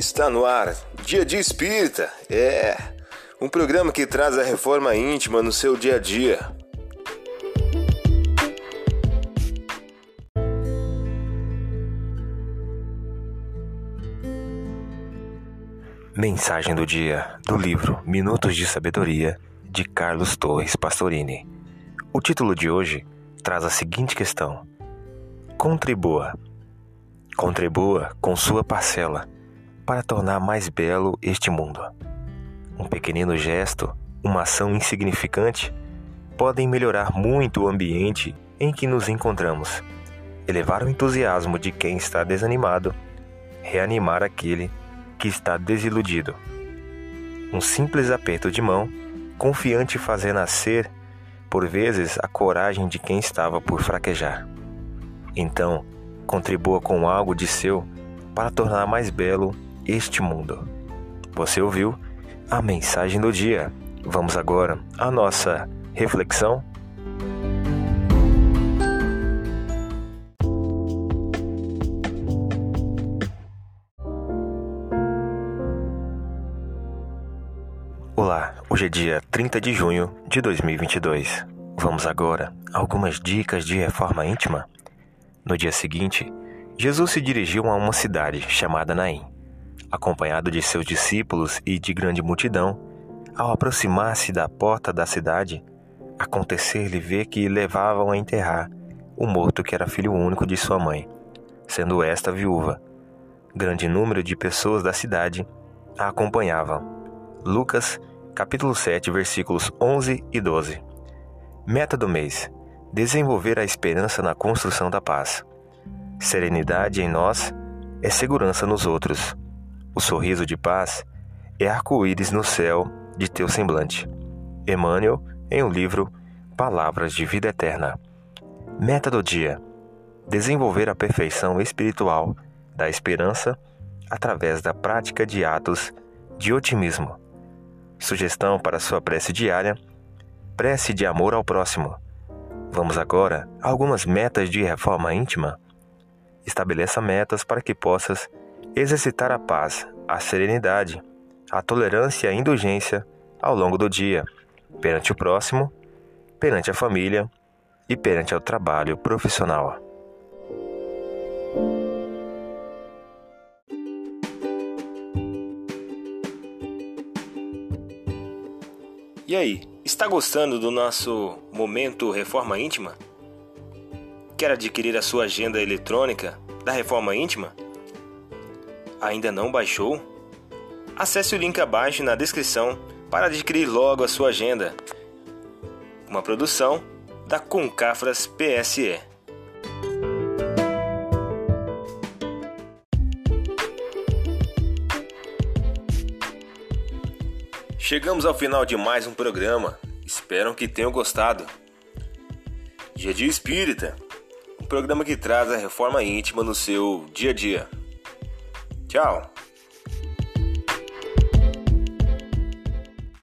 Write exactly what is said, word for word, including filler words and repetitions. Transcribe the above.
Está no ar, Dia de Espírita, é um programa que traz a reforma íntima no seu dia a dia. Mensagem do dia do livro Minutos de Sabedoria, de Carlos Torres Pastorini. O título de hoje traz a seguinte questão: Contribua. Contribua com sua parcela para tornar mais belo este mundo. Um pequenino gesto, uma ação insignificante, podem melhorar muito o ambiente em que nos encontramos, elevar o entusiasmo de quem está desanimado, reanimar aquele que está desiludido. Um simples aperto de mão, confiante, fazer nascer, por vezes, a coragem de quem estava por fraquejar. Então, contribua com algo de seu para tornar mais belo este mundo. Você ouviu a mensagem do dia. Vamos agora à nossa reflexão. Olá, hoje é dia trinta de junho de dois mil e vinte e dois. Vamos agora a algumas dicas de reforma íntima. No dia seguinte, Jesus se dirigiu a uma cidade chamada Naim. Acompanhado de seus discípulos e de grande multidão, ao aproximar-se da porta da cidade, aconteceu-lhe ver que levavam a enterrar o morto que era filho único de sua mãe, sendo esta viúva. Grande número de pessoas da cidade a acompanhavam. Lucas, capítulo sete, versículos onze e doze. Meta do mês: desenvolver a esperança na construção da paz. Serenidade em nós é segurança nos outros. O sorriso de paz é arco-íris no céu de teu semblante. Emmanuel, em o livro Palavras de Vida Eterna. Meta do dia: desenvolver a perfeição espiritual da esperança através da prática de atos de otimismo. Sugestão para sua prece diária: prece de amor ao próximo. Vamos agora a algumas metas de reforma íntima. Estabeleça metas para que possas exercitar a paz, a serenidade, a tolerância e a indulgência ao longo do dia, perante o próximo, perante a família e perante o trabalho profissional. E aí, está gostando do nosso momento Reforma Íntima? Quer adquirir a sua agenda eletrônica da Reforma Íntima? Ainda não baixou? Acesse o link abaixo na descrição para adquirir logo a sua agenda. Uma produção da Concafras P S E. Chegamos ao final de mais um programa. Espero que tenham gostado. Dia de Espírita, um programa que traz a reforma íntima no seu dia a dia. Tchau!